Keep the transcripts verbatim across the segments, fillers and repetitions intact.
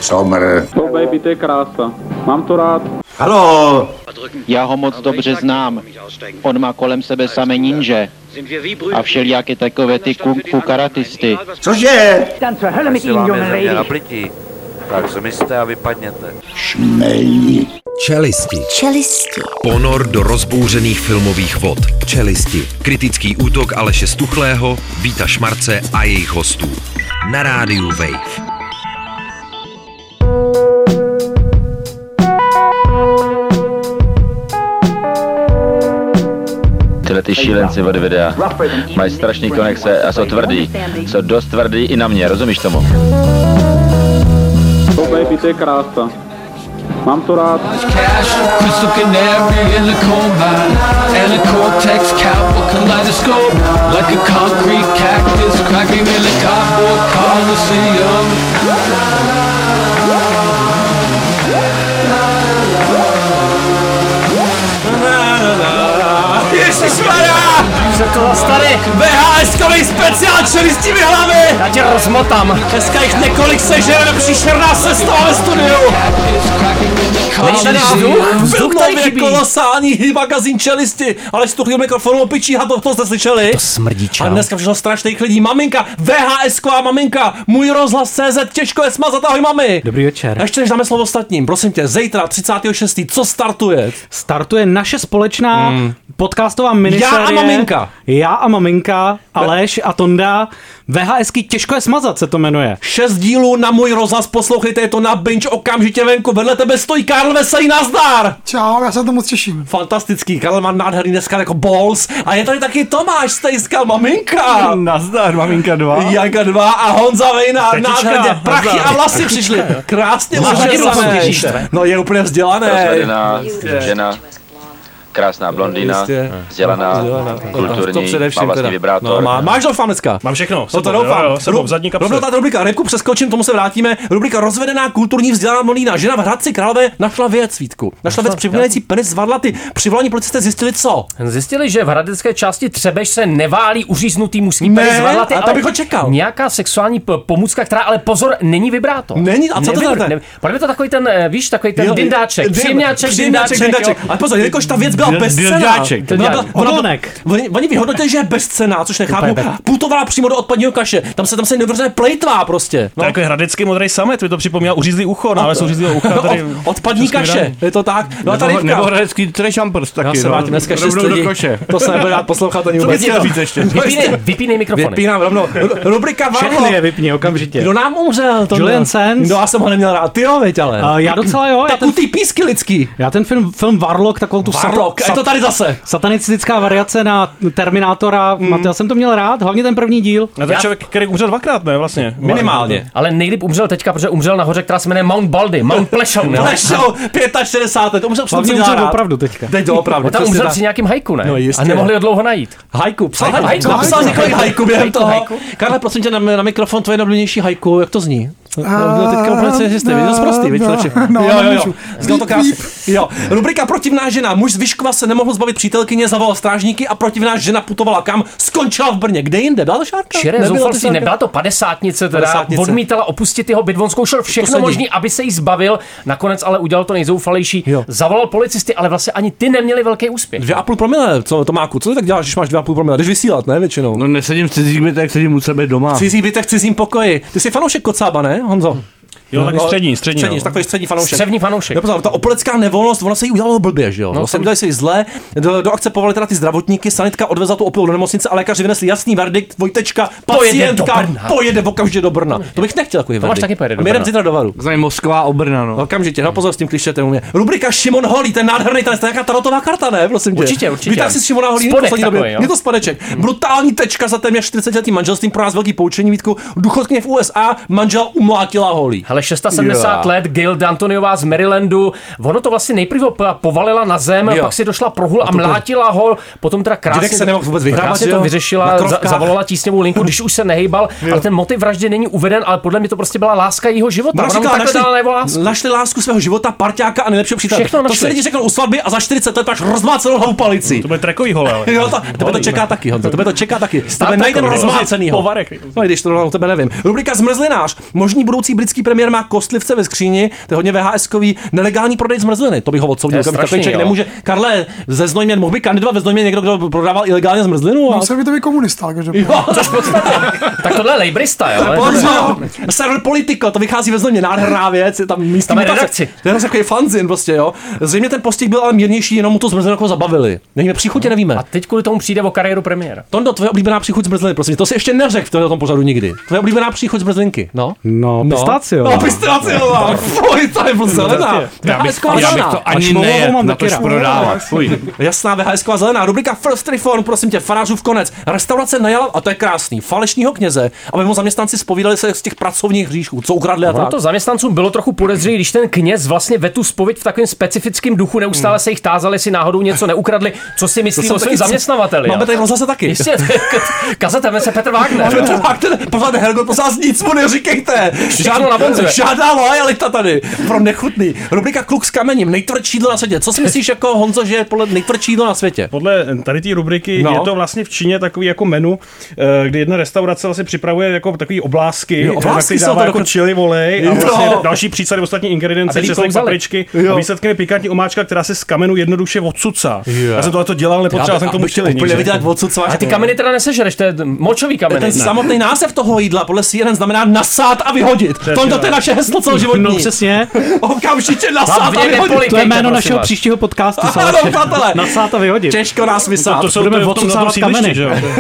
Somr. Oh baby, to je krása. Mám to rád. Halo! Já ho moc dobře znám. On má kolem sebe samé ninže a všelijaké takové ty kung fu karatisty. Cože? Jestli vám je země na plití, tak zmizte a vypadněte. Šmej. Čelisti. Čelisti. Ponor do rozbouřených filmových vod. Čelisti. Kritický útok Aleše Stuchlého, Víta Šmarce a jejich hostů. Na rádiu Wave. Tyhle ty šílenci od videa mají strašný konexe a jsou tvrdý. Jsou dost tvrdý i na mě, rozumíš tomu? Oh baby, to je krása. Mám to rád. Ježišmarja! Se to zastane! V H S-kový speciál čelistí mi hlavy! Já tě rozmotám! Dneska jich několik sežereme, příšerná sestava ve studiu! Není tady vzduch? Vzduch tady Filmově chybí! kolosální magazín Čelisti! Ale Stuchlý mikrofonu opičí a to, to jste slyšeli? To smrdí, čau. A dneska přišlo strašných lidí. Maminka, V H S-ková maminka, můj rozhlas C Z, těžko je smazat, ahoj mami! Dobrý večer. A ještě než dáme slovo ostatním, prosím tě, zítra třicátého šestého co startuje? Startuje naše společná Hmm. podcastová miniserie. Já a maminka. Já a maminka, Aleš a Tonda. VHSky těžko je smazat se to jmenuje. Šest dílů na můj rozhlas, poslouchejte, je to na binge okamžitě venku. Vedle tebe stojí Karl Veselý, nazdar! Čau, já se na to moc těším. Fantastický, Karl má nádherný dneska jako balls. A je tady taky Tomáš Stejskal, maminka. Nazdar, maminka dva. Janka dva a Honza Vejna, nádherně. Prachy a vlasy přišli. Krásně ušesané. No je úplně vzdělané. Rozvedená žena, krásná blondýna, vzdělaná, kulturní, to především má vlastní teda. vibrátor. No, má, máš doufám dneska? Mám všechno. No to sebou, doufám. jo, jo, sebou, zadní kapse. Rovnou ta rubrika, Repku přeskočím, tomu se vrátíme. Rubrika rozvedená, kulturní, vzdělaná mladína. Žena v Hradci Králové našla věc, Vítku. Našla věc připomínající penis z varlaty. Přivolání policisté zjistili co? Zjistili, že v hradecké části Třebež se neválí uříznutý mužský penis z varlaty, a to bych ho čekal. Nějaká sexuální p- pomůcka, která ale pozor, není vibrátor. Není, a co to Nevy- znamená? ne- Podle mě to takový ten, eh, víš, takový ten dindáček, příjemňáček, Příjemňáček, dindáček. Ale pozor, jelikož ta věc byla bezcenná. Dindáček, Ona byla- ona byla- Odonek. Oni, oni vyhodnotili, že je bezcenná, což nechápu. Putovala přímo do odpadního kaše. Tam se tam se neuvěřitelně plejtvá prostě. To je jako hradecký modrý samet, mi to připomíná uřízlý ucho, no, ale jsou uřízlýho ucha tady. Od, odpadní kaše, je to tak. No a tady Nebo hradecký trežampers taky. já se vrátím dneska šest lidí. To se nebude dát poslouchat ani vůbec. Vypínej, vypínej mikrofony. Vypínám rovnou. Rubrika Varlo. Všechny je vypni okamžitě. Kdo nám umřel? To Julian ne- Sands. No já jsem ho neměl rád. Ty jo, veď ale. Uh, já docela jo. Já Tak ten, u ty písky lidský. já ten film, film Warlock, takovou tu Varlok, je sat- to tady zase. satanistická variace na Terminátora. Mm. Já jsem to měl rád, hlavně ten první díl. A ten člověk, který umřel dvakrát, ne, vlastně. Minimálně. Ale nejlíp umřel teďka, protože umřel nahoře, která se jmenuje Mount Baldy, Mount Plešov, ne? Plešou, šedesát pět let, to umřel Hlavně přesně umřel rád. opravdu teďka. Teď to opravdu. On tam přesně umřel tak. při nějakým hajku, ne? No, jistě. A nemohli ho dlouho najít. Hajku, psal, Hajku, hajku, hajku. napsal několik hajku během Hajku, toho. hajku. Karle, prosím tě, na, na mikrofon tvoje nejoblíbenější hajku, jak to zní? No, teďka úplně se jistý, je to zprostý, víš, no, lepší. no, Jo, jo, jo, nemůžu. znělo to krásně. Jo, rubrika Protivná žena, muž z Vyškova se nemohl zbavit přítelkyně, zavolal strážníky a protivná žena putovala kam? Skončila v Brně, kde jinde? Byla to šárka? Širé Nebyla to zoufalství, šárka? nebyla to padesátnice, teda Padesátnice. odmítala opustit jeho byt, on zkoušel všechno sedí. možné, aby se jí zbavil, nakonec ale udělal to nejzoufalejší, Jo. zavolal policisty, ale vlastně ani ty neměli velký úspěch. Dvě a půl promile, co Tomáku, co ty tak děláš, když máš dvě a půl promile? Jdeš vysílat, ne, většinou? No nesedím v cizích bytech, sedím u sebe doma. V cizích bytech, v cizím pokoji. Ty jsi fanoušek Kocába, ne, Honzo? Jo, taky střední, střední. Střední, no. takový střední fanoušek. Střevní fanoušek. Jo, pozor, ta opolecká nevolnost, ona se jí udělala blbě, že jo? No, vlastně udělali se jí zle, do, do akce povolali teda ty zdravotníky, sanitka odvezla tu opil do nemocnice a lékaři vynesli jasný verdikt, Vojtečka, Pojede do pacientka Brna. pojede okamžitě do Brna. To bych nechtěl takový Tomáš verdikt. taky pojede do A my jdeme Brna. zítra do Varu. Znamená Moskva a Brna, no. Okamžitě, no pozor s tím klišetem u mě. Rubrika Šimon Holý, ten nádherný tanec, to je nějaká tarotová karta, ne? Prosím tě. Určitě, určitě. Víte, jak si Šimona Holý Spodek poslední takový, době. jo. Je to spadeček. Brutální tečka za téměř čtyřicetiletým manželstvím, pro nás velký poučení, Vítku. Důchodkyně v U S A manžel umlátila Holý. Hele, sedmdesát šest let, Gail D'Antoniová z Marylandu, ono to vlastně nejprve povalila na zem, Jo. pak si došla prohul a mlátila ho, potom teda krásně, Dědek se nemohl vůbec vyhrávat, krásně jo? to Na vyřešila, za, krovkách. zavolala tísňovou linku, když už se nehejbal, ale ten motiv vraždy není uveden, ale podle mě to prostě byla láska jeho života. Ona Ona mu říkala, takhle našli, dala najevo lásku. našli lásku svého života, parťáka a nejlepšího přítele. Všechno To našli. se lidi řeknou u svatby a za čtyřicet let máš rozmácenou hlavu palici. To bude trekový hole, ale. Jo, to, tebe to čeká taky, Honzo, tebe to čeká taky. Tebe najdeme rozmácenýho. Povarek. No, když to o tebe nevím. Rubrika Zmrzlinář. Možný budoucí britský premiér premiér má kostlivce ve skříni, to je hodně VHSkový nelegální prodej zmrzliny. To bych ho odsoudil. Takový člověk nemůže. Karle, ze Znojmě mohl by kandidovat ve Znojmě někdo, kdo prodával ilegálně zmrzlinu? A... Musel by to být komunista, takže. Tak tohle je lejbrista, jo? Server Politico, to vychází ve Znojmě, nádherná věc, je tam místní tam je redakci. To je takový fanzin prostě, jo. Zřejmě ten postih byl ale mírnější, jenom mu to zmrzlinu jako zabavili. Nevíme, příchutě nevíme. A teď kvůli tomu přijde o kariéru premiéra. Tondo, tvoje oblíbená příchuť zmrzliny, prosím, to si ještě neřekl v tom pořadu nikdy. Tvoje oblíbená příchuť zmrzlinky, no? No, pistácio. No, pistácio, fuj, to je zelená. Já bych, já bych to ani nejet, na tož prodávat, fuj. Jasná VHSková zelená, rubrika First Reform, prosím tě, farářův konec. Restaurace najala, a to je krásný, falešního kněze, aby mu zaměstnanci zpovídali se z těch pracovních hříšků, co ukradli a tak. To zaměstnancům bylo trochu podezřelé, když ten kněz vlastně ve tu zpověď v takovém specifickém duchu neustále se jich tázali, si náhodou něco neukradli, co si myslí o svým zaměstnavateli. Máme tady zase taky. Jistě, kazeteme se Petr Wagner. Petr Wagner, pořád Helgot, prosím vás, nic mu neříkejte. Žádná loajalita tady, pro nechutný. Rubrika Kluk s kamením, nejtvrdší jídlo na světě. Co si myslíš jako Honzo, že je podle nejtvrdší jídlo na světě? Podle tady té rubriky no. je to vlastně v Číně takový jako menu, kdy jedna restaurace vlastně připravuje jako takový oblásky, jo, oblásky dává jako dokud... chili volej a vlastně další přísady, ostatní ingredience, česnek, papričky a výsledkem je pikantní omáčka, která se z kamenu jednoduše odsucá. Já jsem tohle to dělal, nepotřeboval jsem k tomu chili. Úplně vidět, odsucáš. A ty kameny teda nesežereš, to je močový kameny. Ten samotný název toho jídla podle C N N znamená nasát a vyhodit. To je naše heslo celoživotní. No přesně. Okamžitě nasát a vyhodit. To je jméno našeho příštího podcastu. Nasát a vyhodit. Těžko nás vysát. To, to budeme odsucávat kameny.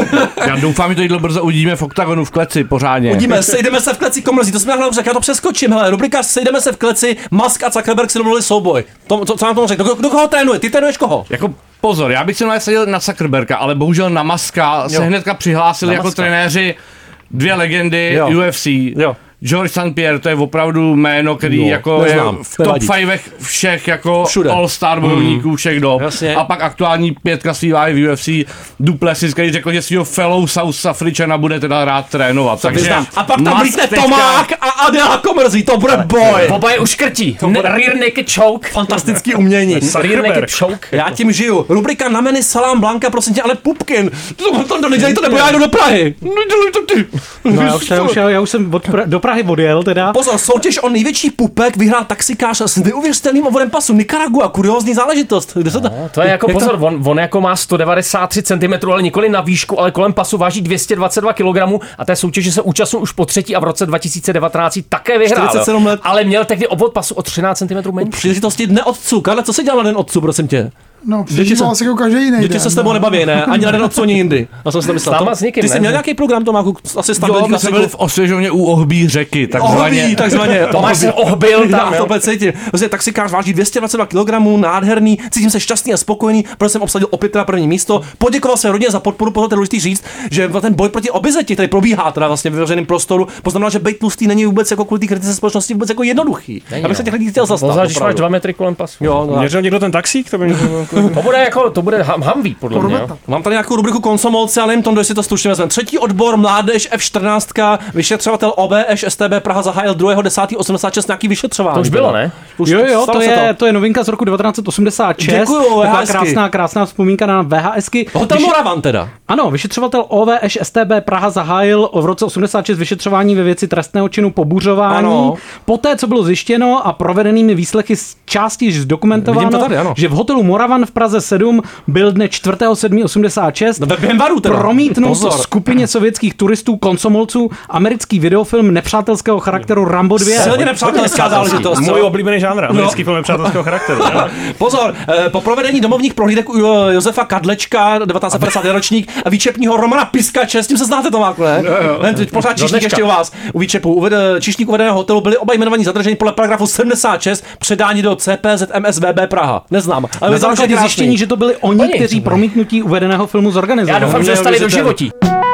Já doufám, že to jídlo brzo uvidíme v Oktagonu v kleci pořádně. Uvidíme, sejdeme se v kleci komrzí. To jsme na hlavu řekl, já to přeskočím. Hele, rubrika sejdeme se v kleci, Musk a Zuckerberg si domluvili souboj. To, to, co nám tomu řekl? Kdo, kdo koho trénuje? Ty trénuješ koho? Jako pozor, já bych se nasadil na Zuckerberga, ale bohužel na Muska se hnedka přihlásili na jako Muska. Trenéři dvě legendy jo. U F C. Jo. George Saint Pierre, to je opravdu jméno, který no, jako neznám, je v top pět všech jako všude. All-star bojovníků mm. všech dob. Jasně. A pak aktuální pětka svývá v U F C Duplessis, který řekl, že svýho fellow South Africana bude teda rád trénovat. Co takže a pak tam blíkne teďka... Tomák a Adela Komrzí, to bude boj. Oba je uškrtí. Bude... Rear naked choke. Fantastický umění. Rear naked choke. Já tím žiju. Rubrika na menu Salám Blanka, prosím tě, ale Pupkin. To, to, to nedělej to, nebo já jdu do Prahy. Nedělej to ty. No, já, už, já, už, já už jsem od pra- do Prahy odjel teda. Pozor, soutěž o největší pupek vyhrál taxikář s neuvěřitelným obvodem pasu. Nicaragua, kuriózní záležitost. Kde se to? No, to je jako Jak pozor, to? on, on jako má sto devadesát tři centimetrů, ale nikoli na výšku, ale kolem pasu váží dvě stě dvacet dva kilogramů a té soutěže se účastnil už po třetí a v roce dva tisíce devatenáct také vyhrál. čtyřicet sedm let. Ale měl tehdy obvod pasu o třináct centimetrů menší. Příležitosti dne otců. Karle, co se dělal na den otců, prosím tě? No, přežíval asi jako každý jiný. Děti se s tebou nebaví, ne? Ani na den otců, ani jindy. Já jsem si to myslel. To, někým, ty jsi měl nějaký program, Tomáku? Asi tam jo, my jsme byli v Osvěžovně u Ohbí řeky, takzvaně. Ohbí, takzvaně. Tomáš se ohbil tam, já to cítím. Vlastně taxikář váží dvě stě dvacet dva kilogramů, nádherný, cítím se šťastný a spokojený, protože jsem obsadil opět na první místo. Poděkoval se rodině za podporu, potom je důležitý říct, že ten boj proti obezitě, který probíhá teda vlastně ve veřejném prostoru, poznamená, že být tlustý není vůbec jako kvůli té kritice společnosti vůbec jako jednoduchý. Já bych se těch lidí chtěl zastat. Když máš dva metry kolem pasu. Měřil někdo ten taxík? To bude jako to bude Humvee, podle mě. Jo? Mám tady nějakou rubriku Konsomolci, ale nevím, Tondo, jestli to stručně vezmeme. Třetí odbor, mládež, F čtrnáct, vyšetřovatel O B Š S T B Praha zahájil druhého desátého osmdesát šest nějaký vyšetřování. To už bylo, ne? Už jo, jo, to je, to. to je novinka z roku devatenáct set osmdesát šest. Děkuju, taková krásná, krásná vzpomínka na VHSky. Hotel Vyš... Moravan teda. Ano, vyšetřovatel O V Š S T B Praha zahájil v roce osmdesát šest vyšetřování ve věci trestného činu pobuřování. Ano. Poté, co bylo zjištěno a provedenými výslechy z části již zdokumentováno, tady, že v hotelu Moravan v Praze sedm byl dne čtvrtého sedmého osmdesát šest no, promítnut skupině sovětských turistů Konsomolců americký videofilm nepřátelského charakteru Rambo dva. Silně nepřátelská záležitost. Můj oblíbený žánr, americký no. film nepřátelského charakteru. Pozor, po provedení domovních prohlídek u Josefa Kadlečka, devatenáct set padesát ročník, a výčepního Romana Piskače, s tím se znáte, Tomáku, ne? ne teď pořád číšník ještě u vás. U výčepu číšník uvedeného hotelu byli oba jmenovaní zadrženi podle paragrafu sedmdesát šest, předání do C P Z M S V B Praha. Neznám. Ale na základě zjištění, že to byli oni, oni kteří promítnutí uvedeného filmu zorganizovali. Já doufám, že dostali do životí.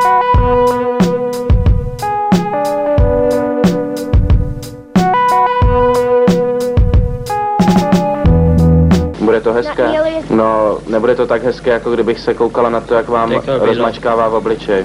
Bude to hezké? No, nebude to tak hezké, jako kdybych se koukala na to, jak vám rozmačkává v obličej.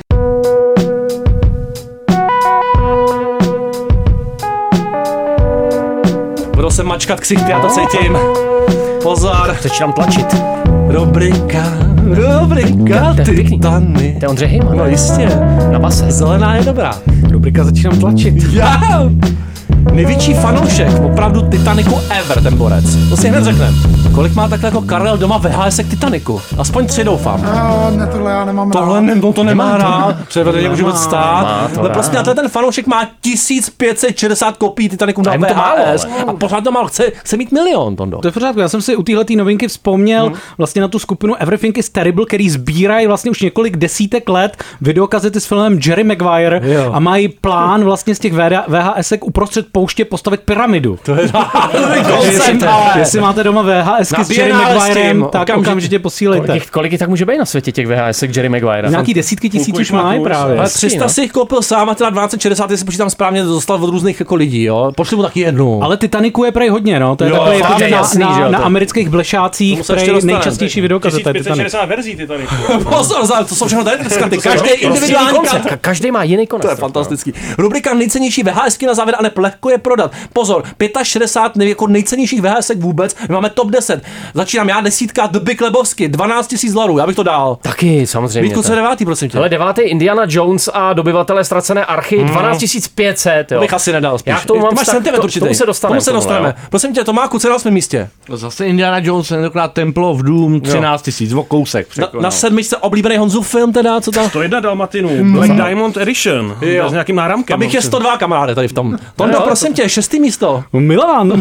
Budou se mačkat ksichty, já to cítím. Pozor. Začínám tlačit. Rubrika, rubrika, Titany. To je Ondřej Hejman. No jistě. Na base. Zelená je dobrá. Rubrika Začínám tlačit. Já. největší fanoušek opravdu Titaniku ever, ten borec. To si hned řekneme. Kolik má takhle jako Karel doma V H S k Titaniku? Aspoň tři doufám. Uh, ne, tohle já nemám tohle rád. Ne, to nemá rád. Převedeně může být stát. Ale prostě tenhle ten fanoušek má tisíc pět set šedesát kopií Titaniku na V H S. A pořád to málo. Chce, chce mít milion, Tondo. To je v pořádku. Já jsem si u téhletý novinky vzpomněl hmm. vlastně na tu skupinu Everything is Terrible, který sbírají vlastně už několik desítek let videokazety s filmem Jerry Maguire jo. a mají plán vlastně z těch V H S ek uprostřed pouště postavit pyramidu. To je jestli, jestli máte doma V H S s Jerry Maguirem, tak okamžitě, okamžitě posílejte. Kolik, kolik je tak může být na světě těch V H S ek Jerry Maguire? Nějaký desítky tisíc už mají právě. Ale tři sta si jich koupil sám a teda dvanáct čedesát, jestli počítám správně, dostal od různých jako lidí, jo. Pošli mu taky jednu. Ale Titaniku je prej hodně, no. To je takhle jako na, jasný, na, na, na amerických blešácích prej nejčastější videokazeta tisíc pět set šedesát verzí Titaniku. Pozor, to jsou všechno tady dneska, ty každý individuální koncept. Každý má jiný koncept. To je fantastický. Rubrika nejcennější V H S ky na závěr a neplehko je prodat. Pozor, šedesát pět jako nejcennějších V H S ek vůbec. My máme top deset. Začínám já desítka The Big Lebowski, dvanáct tisíc dolarů. Já bych to dal. Taky, samozřejmě. Vítku, co je devátý, prosím tě. Ale devátý Indiana Jones a Dobyvatelé ztracené archy, mm. dvanáct tisíc pět set, jo. Bych asi nedal spíš. Já k tomu mám máš sentiment určitě. Tomu se dostaneme. Tomu se dostaneme. Prosím tě, Tomáku, co je na svém místě? Zase Indiana Jones, tentokrát Temple of Doom, třináct tisíc, o kousek. Na, na sedmičce oblíbený Honzův film teda, co tam? sto jedna Dalmatinů, Black Diamond Edition, s nějakým náramkem. Abych je sto dva kamaráde tady v tom. Tondo, prosím tě, šestý místo. Milan.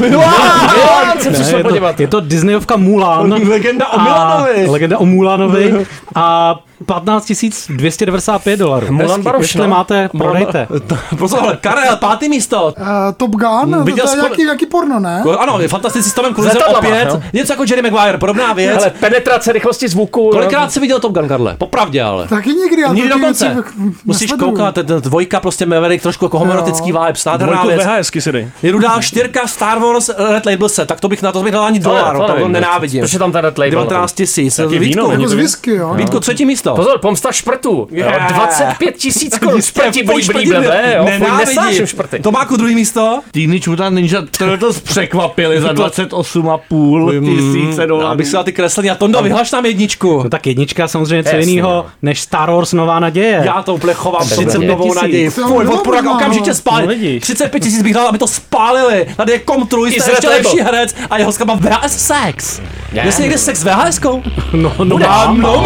Milan se přišel podívat. Je to Disneyovka Mulan. Legenda o Mulanovi. Legenda o Mulanovi. A patnáct tisíc dvě stě devadesát pět dolarů. Mulan Baroš, jestli máte, prodejte. Pozor, Karel, pátý místo. Uh, Top Gun, to, to je nějaký, nějaký porno, ne? Ano, je fantastický s Tomem Cruzem opět. No? Něco jako Jerry Maguire, podobná věc. Ale penetrace rychlosti zvuku. Kolikrát jsi viděl Top Gun, Karle? Popravdě, ale. Taky nikdy. Nikdy dokonce. Musíš koukat, dvojka prostě Maverick, trošku jako homoerotický vibe, nádherná věc. V H S ky si dej. Je rudá čtyřka Star Wars Red Label set, tak to bych na to bych dal ani dolar, to, to nenávidím. Proč je tam ten Red Label? devatenáct tisíc. Vítku, třetí místo. Pozor, pomsta šprtu. dvacet pět tisíc korun. Šprti bolí blíblé, jo. Nenávidím šprty. Tomáku, druhý místo. Teenage Mutant Ninja Turtles překvapili za dvacet osm a půl tisíce dolarů. Abych se dal ty kreslení. A Tondo, vyhlaš nám jedničku. No tak jednička samozřejmě co jinýho než Star Wars Nová naděje. Já to úplně chovám třicet novou naději. Fuj, odporak okamžitě spálili. třicet pět tisíc bych dal, aby to spálili. Tady je Comtrue, jste ještě lepší herec a jeho skama V H S sex. Jestli někde sex s V H S kou? No, no mám, no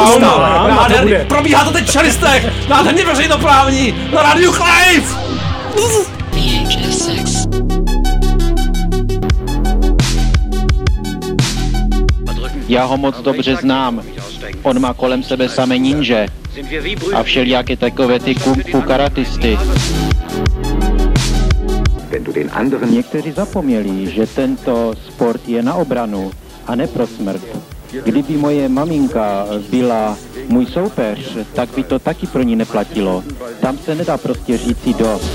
mám. Probíhá to teď v čelistech. Nádherně veřejnoprávní. Na rádiu Live. Já ho moc dobře znám. On má kolem sebe samé ninja a všelijaké takové ty kung fu karatisty. Někteří zapomněli, že tento sport je na obranu a ne pro smrt. Kdyby moje maminka byla můj soupeř, tak by to taky pro ní neplatilo. Tam se nedá prostě říci dost.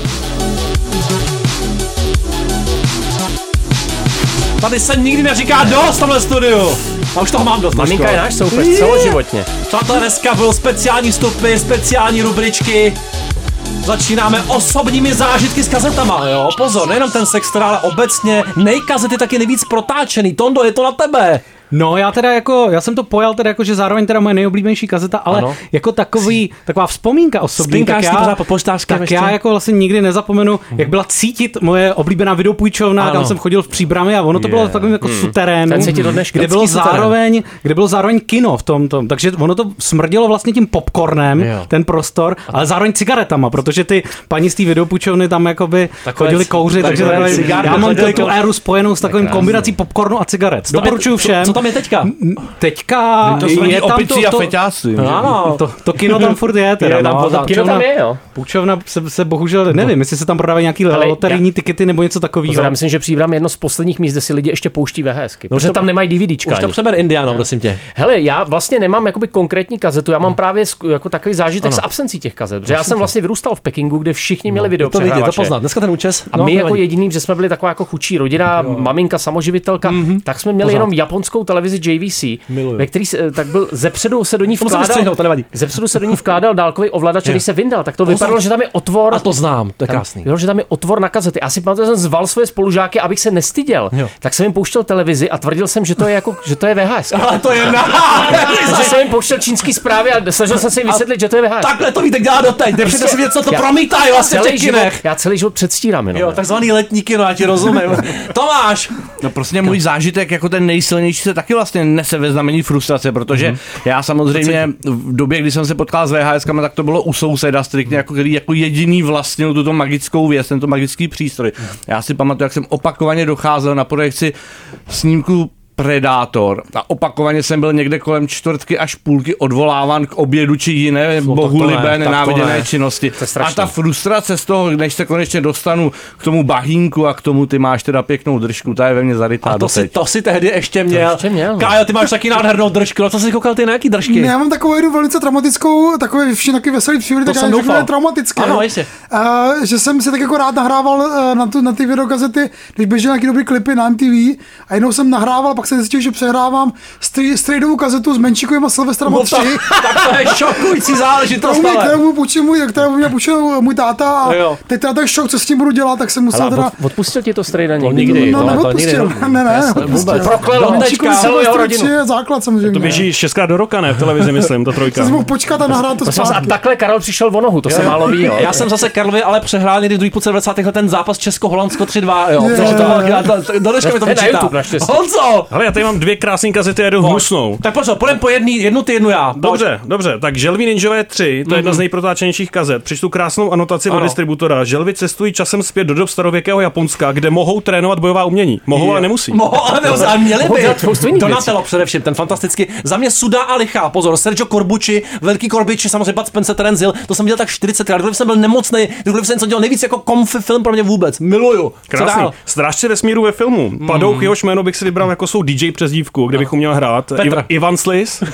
Tady se nikdy neříká dost v tomhle studiu. A už toho mám dost. Maminka je náš soupeř celoživotně. Přátelé, dneska byl speciální vstupy, speciální rubričky. Začínáme osobními zážitky s kazetama, jo? Pozor, nejenom ten sex, ale obecně nejkazety taky nejvíc protáčený. Tondo, je to na tebe. No, já teda jako, já jsem to pojal teda jako, že zároveň teda moje nejoblíbenější kazeta, ale ano. Jako takový, taková vzpomínka osobní, tak já, tak já jako vlastně nikdy nezapomenu, hmm. jak byla cítit moje oblíbená videopůjčovna, kam jsem chodil v Příbrami a ono to bylo v takovém jako hmm. suterénu, kde bylo zároveň, kde bylo zároveň kino v tom, tom, takže ono to smrdilo vlastně tím popcornem, jo. ten prostor, ale zároveň cigaretama, protože ty paní z té videopůjčovny tam jakoby takové chodili kouřit, takže takové, já mám tu éru spojenou s takovým kombinací popcornu a cigaret. Doporučuju všem. Co tam je teďka? Teďka to je tam to, to, a feťásy. Ano, to, to kino tam furt je. Teda, je tam, no, tam, kino tam je, jo. Půjčovna se, se bohužel, nevím, jestli se tam prodávají nějaký ale loterijní já, tikety nebo něco takového. Já myslím, že Příbram je jedno z posledních míst, kde si lidi ještě pouští VHSky, protože tam nemají DVDčka. Už to přeber Indiano, prosím tě. Hele, já vlastně nemám jakoby konkrétní kazetu, já mám právě jako takový zážitek ano. s absencí těch kazet, protože já jsem vlastně vyrůstal v Pekingu, kde všichni měli videopřehrávače. To vidět, to poznat. Dneska ten účes. A my jako jediný, že jsme byli taková jako chudší rodina, maminka samoživitelka, tak jsme měli jenom japonskou televizi J V C, ve který tak byl zepředu se do ní vkládal. Zepředu se do ní vkládal dálkový ovladač, který se vyndal, tak to vypadalo, že tam je otvor. A to znám, to je krásný. Že tam je otvor na kazety. Já si pamatuju, že jsem zval svoje spolužáky, abych se nestyděl. Jo. Tak jsem jim pouštěl televizi a tvrdil jsem, že to je jako, že to je V H S. Ale to je na. Takže jsem jim pouštěl čínský zprávy a snažil jsem se jim vysvětlit, že to je V H S. Takhle to víte, dělá doteď. Nepřijde si vědět, co to promítají vlastně v těch kinech. Já celý život předstírám jenom. Jo, takzvaný letní kino, já ti rozumím. Tomáš! No prostě můj zážitek jako ten nejsilnější se taky vlastně nese ve znamení frustrace, protože mm. já samozřejmě v době, kdy jsem se potkal s VHSkami, tak to bylo u souseda striktně, jako, který jako jediný vlastnil tuto magickou věc, tento magický přístroj. Já si pamatuju, jak jsem opakovaně docházel na projekci snímku Predátor. A opakovaně jsem byl někde kolem čtvrtky až půlky odvoláván k obědu či jiné no, bohulibé ne, nenáviděné ne. činnosti. A ta frustrace z toho, než se konečně dostanu k tomu bahínku a k tomu ty máš teda pěknou držku, ta je ve mně zarytá. A to si, to si tehdy ještě měl. Ještě měl. Kájo, ty máš taky nádhernou držku. No co jsi koukal ty na jaký držky? Já mám takovou jednu velice traumatickou, takové všichni taky veselý přívody, tak já je traumatické. Ano, jistě. Uh, že jsem si tak jako rád nahrával uh, na, tu, na ty videokazety, když běžely nějaký dobrý klipy na M T V a jednou jsem nahrával, pak jsem zjistil, že přehrávám strejdovou kazetu s Menšíkovým a Silvestrem tři. Tak to je šokující záležitost. Kterou mě půjčil můj táta a teď teda ten šok, co s tím budu dělat, tak jsem musel teda... Odpustil ti to strejda nikdy? No, neodpustil. Ne, ne, neodpustil. Proklelo teďka celou jeho rodinu. Je základ samozřejmě. To běží šestkrát do roka, ne? V televizi, myslím, ta trojka. Jsem mohl počkat a nahrát to zpátky. A takhle Karel přišel o nohu, to se málo ví. Já jsem zase Karlovi ale přehrál někdy v druhé půlce devadesátých let ten zápas Česko-Holandsko tři dva, jo. Do dneška mi to vyčítá. Honzo! Hele, já tady mám dvě krásné kazety a jedu hnusnou. Tak pojď, půjdem po jedný, jednu ty, jednu já. Dobře, dobře. Tak Želví ninjové tři, to je jedna z nejprotáčenějších kazet. Přečtu krásnou anotaci od distributora. Želvy cestují časem zpět do dob starověkého Japonska, kde mohou trénovat bojová umění. Mohou, ale nemusí. Mohou, ale nemusí. A měli by. Donatello především, ten fantasticky. Za mě Suda a lichá. Pozor, Sergio Corbucci, velký Corbucci, samozřejmě Bud Spencer, Terence Hill, to jsem dělal tak čtyřicetkrát. Kdykoliv jsem byl nemocný, kdykoliv jsem co dělal nejvíc jako komfy film pro mě vůbec. Miluju. Krásný. Strážci vesmíru ve filmu. Padouch, jehož jméno bych si vybral jako jsou D J přezdívku, kde bych uměl hrát. Iv- Ivan Slis.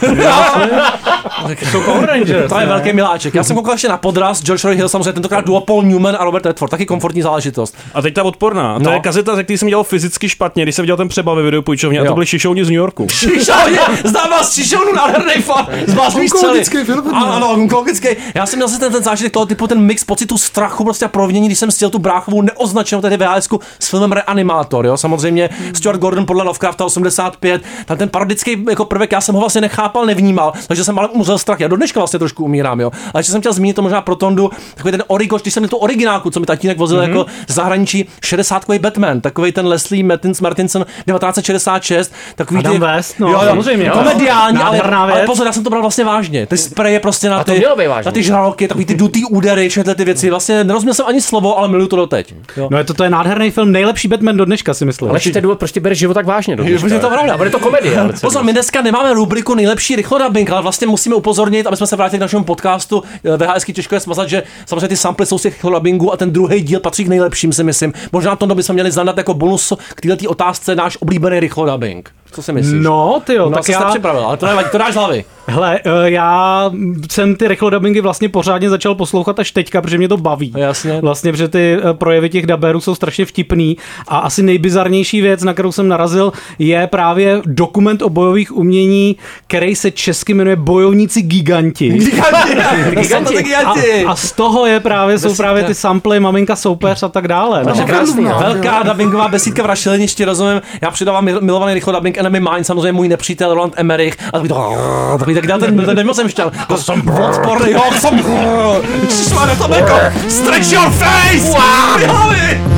Jsou Power Rangers. To je velký miláček. Já jsem koukal ještě na podraz, George Roy Hill, samozřejmě tentokrát duo Paul Newman a Robert Redford, taky komfortní záležitost. A teď ta odporná. To no. je kazeta, ze který jsem dělal fyzicky špatně, když jsem dělal ten přebal ve videopůjčovně, a to byly šišouni z New Yorku. Šišouni, znám vás šišounu, nádherný fan. Z vás onkologický film. Ano, onkologický. Já jsem měl zase ten, ten zážitek toho typu, ten mix pocitu strachu prostě a provinění, když jsem stěl tu bráchovou neoznačenou tedy V H S ku s filmem Reanimátor, jo. Samozřejmě Stuart Gordon podle Lovecrafta osmdesát pět, tam ten parodický jako prvek, já jsem ho vlastně nechápal, nevnímal, takže jsem ale umřel strach. Já do dneška vlastně trošku umírám, jo. Ale že jsem chtěl zmínit to možná pro Tondu, takový ten Origo, když jsem měl tu originálku, co mi tatínek vozil mm-hmm. jako z zahraničí, šedesátkový Batman, takový ten Leslie Martins Martinson devatenáct set šedesát šest, takový Adam ty West, no, jo, jo, samozřejmě, jo. komediální, ale, ale pozor, já jsem to bral vlastně vážně. Ty spreje prostě na ty, na ty žraloky, takový ty dutý údery, všechny ty věci. Vlastně nerozuměl jsem ani slovo, ale miluju to doteď. Jo. No je to, to je nádherný film, nejlepší Batman do dneška, si myslím. Ale ten důvod, proč ty bereš život tak vážně do dneška. Je to pravda. Bude to komedie. Pozor, my dneska nemáme rubriku nejlepší rychlodubbing, ale vlastně musíme upozornit, aby jsme se vrátili k našemu podcastu. VHSky těžko je smazat, že samozřejmě ty sample jsou z těch rychlodubbingů a ten druhý díl patří k nejlepším, si myslím. Možná to bychom měli zandat jako bonus k této otázce náš oblíbený rychlodubbing. Co si myslíš? No, ty jo, no, tak já... nepřipravil, ale to nevadí, to dáš hlavy. Hele, já jsem ty rychlodubbingy vlastně pořádně začal poslouchat až teďka, protože mě to baví. Jasně. Vlastně, protože ty projevy těch dabérů jsou strašně vtipný a asi nejbizarnější věc, na kterou jsem narazil, je právě dokument o bojových umění, který se česky jmenuje Bojovníci giganti. Giganti! Giganti! Giganti! A, a z toho je právě, jsou právě ty samply Maminka soupeř a tak dále. No, krásný, no. Velká dubbingová besídka v rašeliništi, rozumím. Já přidávám milovaný rychlodubbing Enemy Mine, samozřejmě můj nepřítel Roland Emmerich a takový to takový tak dál ten, ten nemoc jsem štěl. To jsem odporný, jo, jsem Ježišmarja, to jako stretch your face! Wow!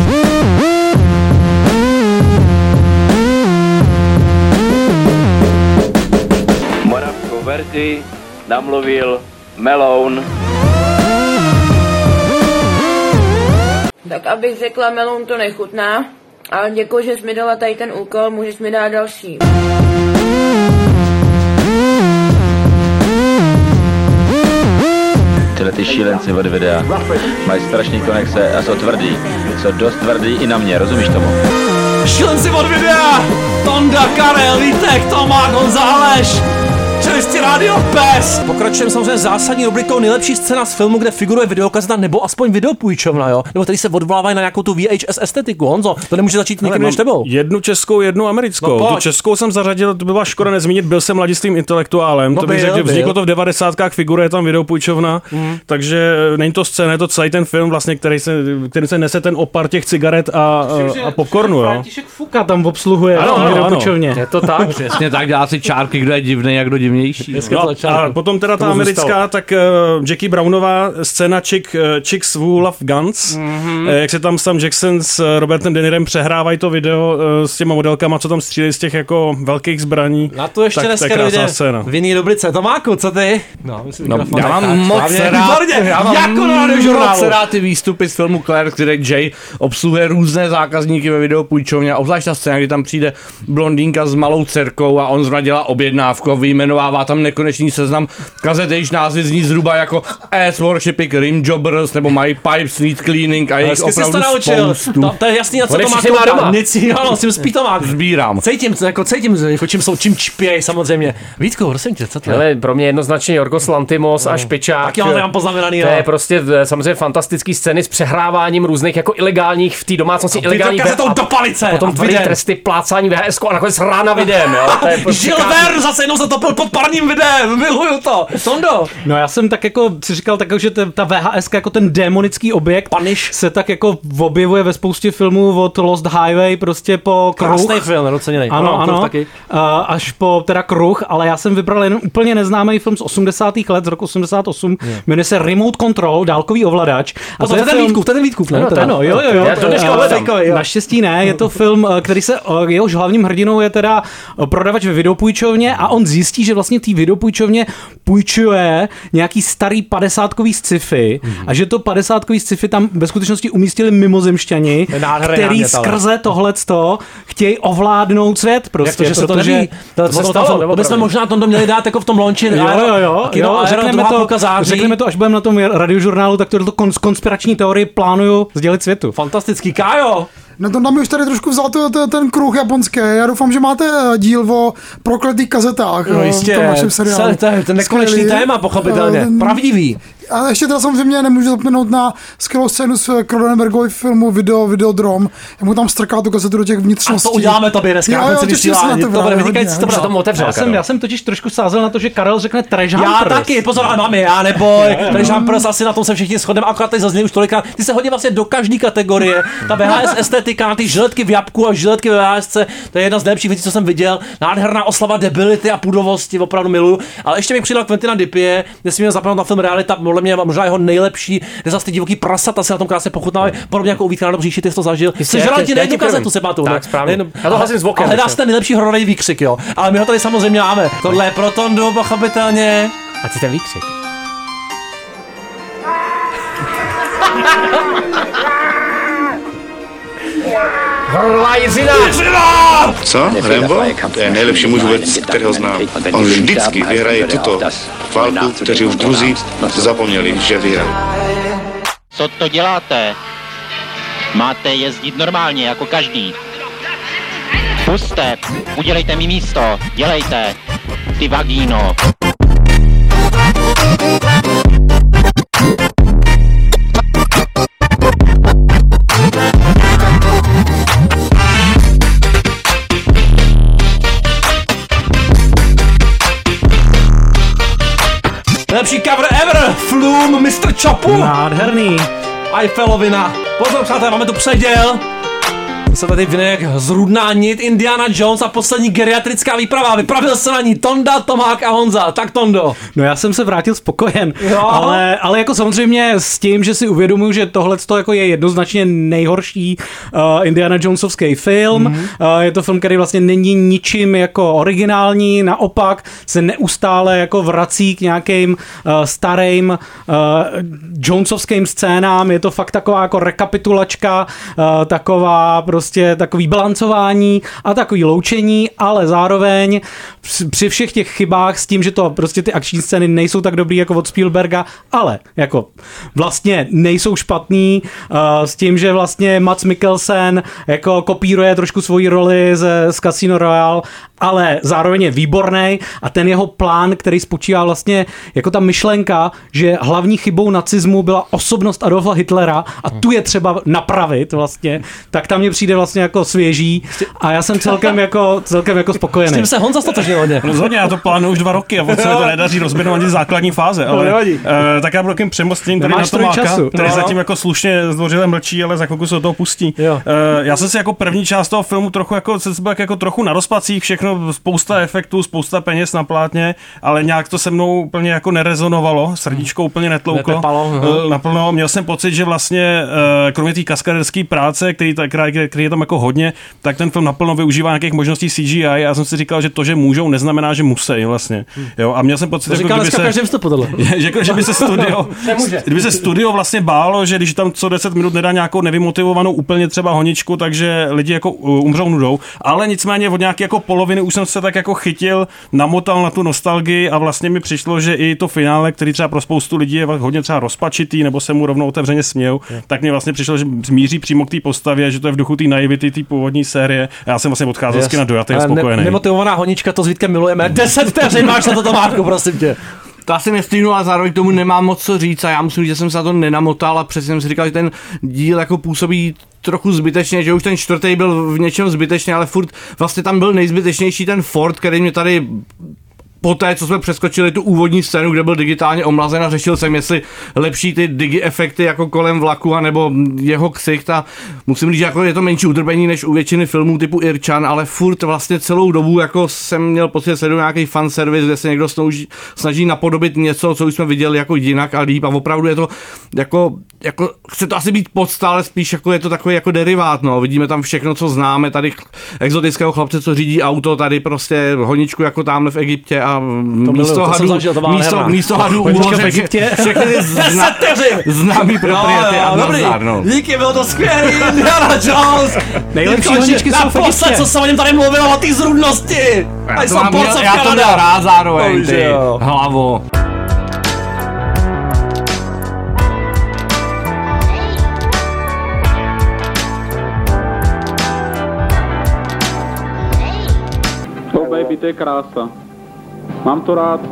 Moravskou verzi namluvil Meloun. Tak abych řekla, Meloun to nechutná, ale děkuji, že jsi mi dala tady ten úkol, můžeš mi dát další. Tyhle ty šílenci od videa mají strašný konexe a jsou tvrdý. Jsou dost tvrdý i na mě, rozumíš tomu? Šílenci od videa! Tonda, Karel, Vítek, Tomák, Honza, Aleš! Čelisti Radio Pes! Pokračujeme samozřejmě zásadní rubrikou nejlepší scéna z filmu, kde figuruje videokazeta nebo aspoň videopůjčovna, jo? Nebo tady se odvolávají na nějakou tu V H S estetiku. Honzo, to nemůže začít nikým než tebou. Jednu českou, jednu americkou. No, tu českou jsem zařadil, to byla škoda nezmínit, byl jsem mladistvým intelektuálem. No, to bych řekl, že vzniklo to v devadesátkách, figuruje tam videopůjčovna, mm. takže není to scéna, je to celý ten film vlastně, který se, který se nese ten opar těch cigaret a, Myslím, a popcornu, jo. František Fuka tam obsluhuje ano, v videopůjčovně. Je to tak. Přesně tak, dělá si čárky, kdo je divný, jak kdo divný zimnější. No, a potom teda ta americká, tak uh, Jackie Brownová scéna Chick, uh, Chicks Who Love Guns, mm-hmm. uh, jak se tam Sam Jackson s Robertem De Nirem přehrávají to video uh, s těma modelkama, co tam střílejí z těch jako velkých zbraní. Na to ještě tak, dneska dojde v jiný doblice. Tomáku, co ty? No, myslím, no, já mám moc rád, já mám jako moc rád ty výstupy z filmu Claire, kde Jay obsluhuje různé zákazníky ve videopůjčovně a obzvlášť ta scéna, kdy tam přijde blondýnka s malou dcerkou a on zrovna dělá objednávku a vyjmenovává tam nekonečný seznam kazet, jejíž názvy zní zhruba jako Ass Worshiping, Rim Jobbers nebo My Pipes Need Cleaning a jejich opravdu spoustu. To, to je jasný, na co to má koukat. Nic jiného, si spí Tomák. Sbírám. Cítím, jako cítím, jako čím jsou, čím čpěj samozřejmě. Vítku, prosím tě, co to je? Hele, pro mě jednoznačně Jorgos Lanthimos no. a Špičák. Tak já mám poznamenaný. To je prostě samozřejmě fantastický scény s přehráváním různých jako ilegálních v té domácnosti ilegálních do palice. Potom tvrdý tresty, plácání V H S a nakonec rána videem, jo. To je prostě Žilver zase jednou zatopil pod parním videem, miluju to. Tondo. No já jsem tak jako si říkal tak, že ta V H S jako ten démonický objekt Paniš se tak jako objevuje ve spoustě filmů od Lost Highway prostě po Kruh. Krásný film, nedoceněný. Ano, ano, taky. Až po teda Kruh, ale já jsem vybral jen úplně neznámý film z osmdesátých let, z roku osmdesát osm, yeah. Jmenuje se Remote Control, dálkový ovladač. A to je ten Vítkův, ten Vítkův, ne? Ano, jo, jo, jo. Naštěstí ne, je to film, který se, jehož hlavním hrdinou je teda prodavač ve videopůjčovně a on zjistí, že vlastně té videopůjčovně půjčuje nějaký starý padesátkový sci-fi mm. a že to padesátkový sci-fi tam ve skutečnosti umístili mimozemšťani, který skrze tohleto chtějí ovládnout svět prostě. Jak to, že protože, se to neví? To, to se stalo, to bychom možná to měli dát jako v tom launchi. Jo, jo, jo, jo řekneme, to, řekneme to, až budeme na tom radiožurnálu, tak to konspirační teorii plánuju sdělit světu. Fantastický, Kájo! No to nám už tady trošku vzal to, to, ten kruh japonský. Já doufám, že máte díl o prokletých kazetách. No jistě, v tom našem seriálu. To je ten nekonečný téma, pochopitelně. Pravdivý. A ještě teda samozřejmě nemůžu zapomenout na skvělou scénu z Cronenbergovy filmu Video, Videodrom. Jak mu tam strká tu kazetu do těch vnitřností. A to uděláme tobě dneska. Jo, jo, těším se na to. To bude vynikající, to bude tomu otevřel. Já jsem, já jsem totiž trošku sázel na to, že Karel řekne Trash Humpers. Já taky, pozor, ale máme, já neboj. Trash Humpers, asi na tom se všichni shodneme, akorát tady zazněli už tolikrát. Ty se hodně vlastně do každé kategorie. Ta V H S estetika, ty žiletky v jabku a žiletky ve V H S, to je jedna z nejlepších věcí, co jsem viděl. Nádherná oslava debility a půdovosti, opravdu miluju. Ale ještě mi přidal Quentina Dupie, nesmíme zapomenout na film Realita, podle mě možná jeho nejlepší, kde zase ty divoký prasata si na tom krásně pochutnávají, podobně jako u Vítka na Dobříši, ty jsi to zažil. Jsi žral ti nejdu kazetu, se pamatuju. Tak správně. Já to hlasím s vokem. A hledá ten nejlepší hororový výkřik, jo. Ale my ho tady samozřejmě máme. Tohle je pro Tondu, pochopitelně. A ty ten výkřik. Hororová Jiřina! Jiřina! Co? Rambo? To je nejlepší muž vůbec, kterého znám. On vždycky vyhraje tuto válku, kteří už druzí zapomněli, že vyhrají. Co to děláte? Máte jezdit normálně, jako každý. Puste, udělejte mi místo, dělejte, ty vagíno. Nejlepší cover ever! Flume, mister Chopu! Nádherný. Eiffelovina. Pozor, přátelé, máme tu předěl. To se tady vyne jak zrůdná nit Indiana Jones a poslední geriatrická výprava. Vypravil se na ní Tonda, Tomák a Honza. Tak Tondo. No já jsem se vrátil spokojen, ale, ale jako samozřejmě s tím, že si uvědomuji, že tohle jako je jednoznačně nejhorší uh, Indiana Jonesovský film. Mm-hmm. Uh, je to film, který vlastně není ničím jako originální, naopak se neustále jako vrací k nějakým uh, starým uh, Jonesovským scénám. Je to fakt taková jako rekapitulačka, uh, taková prostě takový balancování a takový loučení, ale zároveň při všech těch chybách s tím, že to prostě ty akční scény nejsou tak dobrý jako od Spielberga, ale jako vlastně nejsou špatný, uh, s tím, že vlastně Mads Mikkelsen jako kopíruje trošku svoji roli z, z Casino Royale, ale zároveň je výborný a ten jeho plán, který spočívá vlastně jako ta myšlenka, že hlavní chybou nacismu byla osobnost Adolfa Hitlera a tu je třeba napravit vlastně, tak tam mě přijde přijde vlastně jako svěží a já jsem celkem jako, celkem jako spokojený. S tím se Honza stotožnil hodně. Rozhodně, já to plánuju už dva roky a se mi to nedaří rozběhnout ani základní fáze, ale uh, tak já budu takým přemostěním tady na Tomáka, který no. zatím jako slušně zdvořile mlčí, ale za chvilku se do toho pustí. Uh, já jsem si jako první část toho filmu trochu jako, jako trochu na rozpacích, všechno, spousta efektů, spousta peněz na plátně, ale nějak to se mnou úplně jako nerezonovalo, srdíčko úplně netlouklo. Netepalo, naplno. Měl jsem pocit, že vlastně kromě té kaskaderské práce, který, který, který je tam jako hodně, tak ten film naplno využívá nějakých možností C G I. Já jsem si říkal, že to, že můžou, neznamená, že musí vlastně. Jo, a měl jsem pocit, jako, kdyby se, že, že by se studio, kdyby se studio vlastně bálo, že když tam co deset minut nedá nějakou nevymotivovanou úplně třeba honičku, takže lidi jako umřou nudou. Ale nicméně od nějaké jako poloviny už jsem se tak jako chytil, namotal na tu nostalgii a vlastně mi přišlo, že i to finále, který třeba pro spoustu lidí je hodně třeba rozpačitý, nebo se mu rovnou otevřeně smějou, yeah. tak mi vlastně přišlo, že míří přímo k té postavě, že to je v duchu té naivity, té původní série. Já jsem vlastně odcházel yes. na dojatý a spokojený. Ne- nemotivovaná honička, to s Vítkem milujeme. deset vteřin máš na to, Tomáku, prosím tě. To asi nestihnu, ale zároveň k tomu nemám moc co říct a já musím říct, že jsem se na to nenamotal a přesně jsem si říkal, že ten díl jako působí trochu zbytečně, že už ten čtvrtý byl v něčem zbytečný, ale furt vlastně tam byl nejzbytečnější ten Ford, který mě tady poté, co jsme přeskočili tu úvodní scénu, kde byl digitálně omlazen a řešil jsem, jestli lepší ty digi efekty jako kolem vlaku, anebo jeho ksicht a musím říct, že jako je to menší utrpení než u většiny filmů typu Irčan, ale furt vlastně celou dobu jako jsem měl pocit, že sleduju nějaký fanservice, kde se někdo snaží, snaží napodobit něco, co už jsme viděli jako jinak a líp a opravdu je to jako, jako chce to asi být podsta, ale spíš jako je to takový jako derivát, no. Vidíme tam všechno, co známe, tady exotického chlapce, co řídí auto, tady prostě honičku jako tamhle v Egyptě a místo hadu, místo, místo hadu úložek, všechny zna, známý propriety a nazdar, no. Díky, bylo to skvělý, Indiana Jones. Nejlepší honičky jsou v Egyptě. Co jsem o něm tady mluvil, o té zrůdnosti. Já to, mám, já, já to měl rád zároveň, ty hlavo. Oh baby, to je krása. Mám to rád.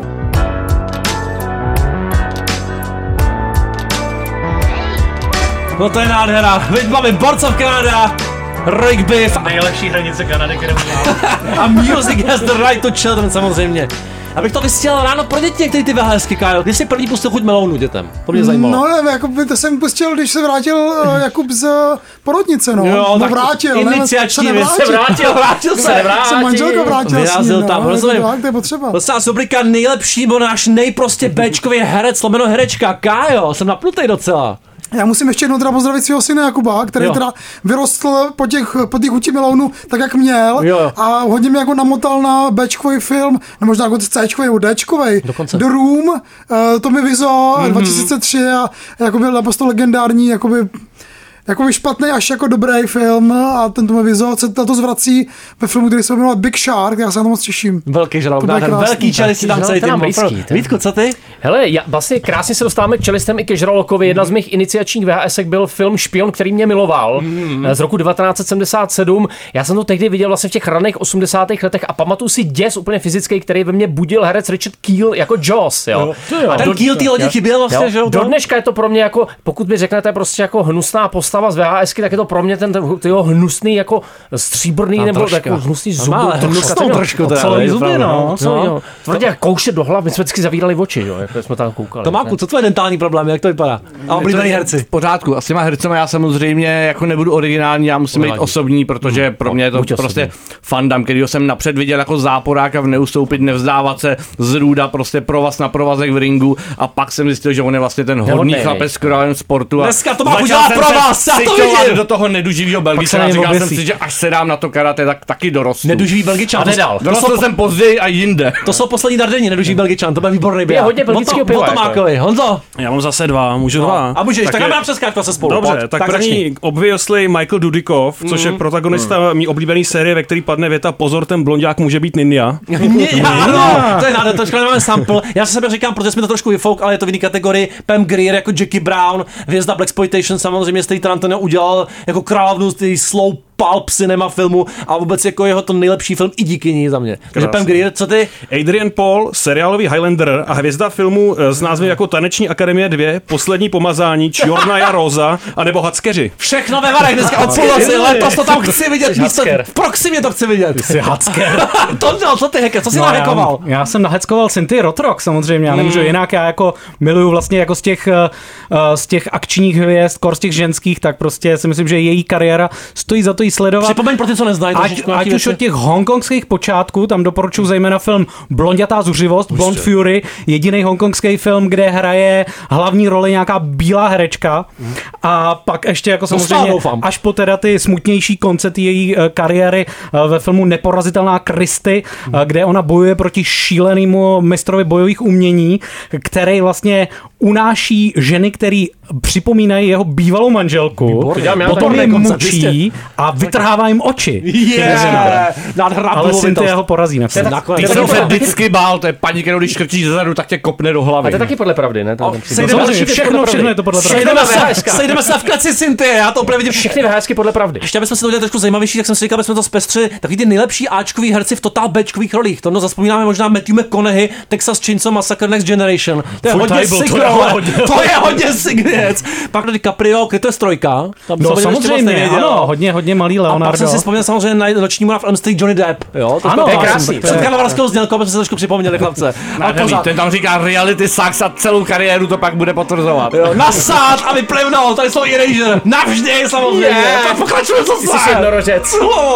No to je nádhera. Vidíme Boards of Canada, Rick Biff. Nejlepší hranice Kanady, kterou máme. A Music Has the Right to Children samozřejmě. Abych to vysílal ráno pro děti, některý ty vyhlésky, Kájo. Když jsi první pustil chuť melounu dětem? To mě zajímalo. No ne, jako by to jsem pustil, když se vrátil uh, Jakub z uh, porodnice, no. Jo, no vrátil. Iniciační, se, se vrátil, vrátil se, vrátil. Se manželka vrátila s ním, tam, no, rozumím. To je potřeba. To se nás rubrika nejlepší, bo náš nejprostě béčkový herec, lomeno herečka. Kájo, jsem napnutej docela. Já musím ještě jednou teda pozdravit svého syna Jakuba, který jo. teda vyrostl po těch, po těch chuti melounu tak, jak měl jo. a hodně mě jako namotal na Bčkový film, nebo možná jako Cčkový nebo Dčkový. The Room, uh, Tommy Wiseau, mm-hmm. dva tisíce tři a jako byl naprosto legendární, jakoby Jakoby špatný až jako dobrý film a ten Tommy Wiseau se to zvrací ve filmu, který se jmenuje Big Shark, já se na to moc těším. Velký žralok, velký čelist si tam cítím. Vítku, co ty? Hele, já, vlastně krásně se dostáváme k čelistem i ke žralokovi. Jedna z mých iniciačních V H S byl film Špion, který mě miloval mm. z roku devatenáct set sedmdesát sedm. Já jsem to tehdy viděl vlastně v těch raných osmdesátých letech a pamatuju si děs úplně fyzický, který ve mně budil herec Richard Keel jako Jaws. Jo. Jo. A ten Keel ty lodi chyběl vlastně, že jo? Do dneška je to pro mě jako, pokud mi řeknete prostě jako hnusná postava z VHSky, tak je to pro mě ten tyho hnusný jako stříbrný nebo jako hnusný zuby. Hnusnou trošku teda. Celý zuby, no. Tvrdě jak koušet do hlav, my jsme vždycky zavírali oči, jo, jak jsme tam koukali. Tomáku, co tvoje dentální problémy, jak to vypadá? A oblíbený herci. V pořádku, a s těma hercema já samozřejmě jako nebudu originální, já musím být osobní, protože pro mě je to prostě fandom, kterýho jsem napřed viděl jako záporák a neustoupit, nevzdávat se z růda, prostě provaz na provazek v ringu a pak jsem zjistil, že on je vlastně ten hodný chlapec s králem sportu. Dneska to má udělat pro vás, já to vidím. Do toho neduživýho Belgičana a říkal jsem si, že až se dám na to karate, tak taky dorostu. Neduživý Belgičan. Dorostl jsem později a jinde. To jsou poslední dardení, neduživý Belgičan, to bude výborný běh. Je hodně belgického piva. Tomákovi, Honzo. Já mám zase dva, můžu no. dva. A můžeš, tak, tak máme přeskáčka se spolu. Dobře, Pojď, tak, tak první obviously Michael Dudikoff, což je protagonista mm. mý oblíbený série, ve který padne věta pozor, ten blonďák může být ninja. Ano, to je nádherné, to máme sample. Já se sebe říkám, protože jsme to trošku vyfouk, ale je to v jiný kategorii. Pam Grier jako Jackie Brown, hvězda Blaxploitation, samozřejmě Steve Tarantino udělal jako královnu té slow pulp cinema filmu a vůbec jako jeho to nejlepší film i díky ní za mě. Takže Pam Grier, co ty? Adrian Paul, seriálový Highlander a hvězda filmu s názvem jako Taneční akademie dva, Poslední pomazání, Čornaja Rosa a nebo Hackeři. Všechno ve varech dneska od půlnoci, letos to tam chci vidět. Místo, v Proximě to chci vidět. Ty jsi hacker. To dělal, co ty heke, co jsi no, nahackoval? Já, já jsem nahackoval Cynthia Rothrock samozřejmě, já nemůžu mm. jinak, já jako miluju vlastně jako z těch, uh, z těch akčních hvězd, kor z těch ženských, tak prostě si myslím, že její kariéra stojí za to jí sledovat. Připomeň pro ty, co neznají. Ať, ať už od těch hongkongských počátků, tam doporučuji zejména film Blondětá zuřivost, Blonde Fury, jediný hongkongský film, kde hraje hlavní roli nějaká bílá herečka mm. a pak ještě jako samozřejmě až po teda ty smutnější konce její uh, kariéry uh, ve filmu Neporazitelná Kristy, mm. uh, kde ona bojuje proti šílenému mistrovi bojových umění, který vlastně unáší ženy, který připomínají jeho bývalou manželku, potom je mučí a vytrhává jim oči. Yeah. Ale Cynthia ho porazí na Ty jsem se vždycky bál, to je paní, kterou když krčíš zezadu, tak tě kopne do hlavy. A to je taky podle pravdy, ne? O, sejdeme, všechno, všechno, všechno je to podle pravdy. Sejdeme se v kleci Cynthia, já to úplně vidím. Všechny V H S ky podle pravdy. Ještě abychom se to udělali trošku zajímavější, tak jsem si říkal, abychom to zpestřili. Takový ty nejlepší Ačkový herci v totál Bčkových rolích. To no, zaspomínáme možná Matthew McConaughey, Texas Chainsaw Massacre Next Generation. To je hodně sign, to je hodně signěc. Pak DiCaprio, kde to je strojka. Tam no samozřejmě, ano, hodně, hodně malý Leonardo. A pak jsem si vzpomněl samozřejmě na Noční můra v Elm Street Johnny Depp. Jo, to ano, je krásný. Předka Navarského znělko, aby jsme se trošku připomněli, chlapce. Ten tam říká reality sucks a celou kariéru to pak bude potvrzovat. Nasát a vyplivnout, tady jsou Erasure. Navždy samozřejmě. Tak pokračujeme co sám. Jsi jednorožec.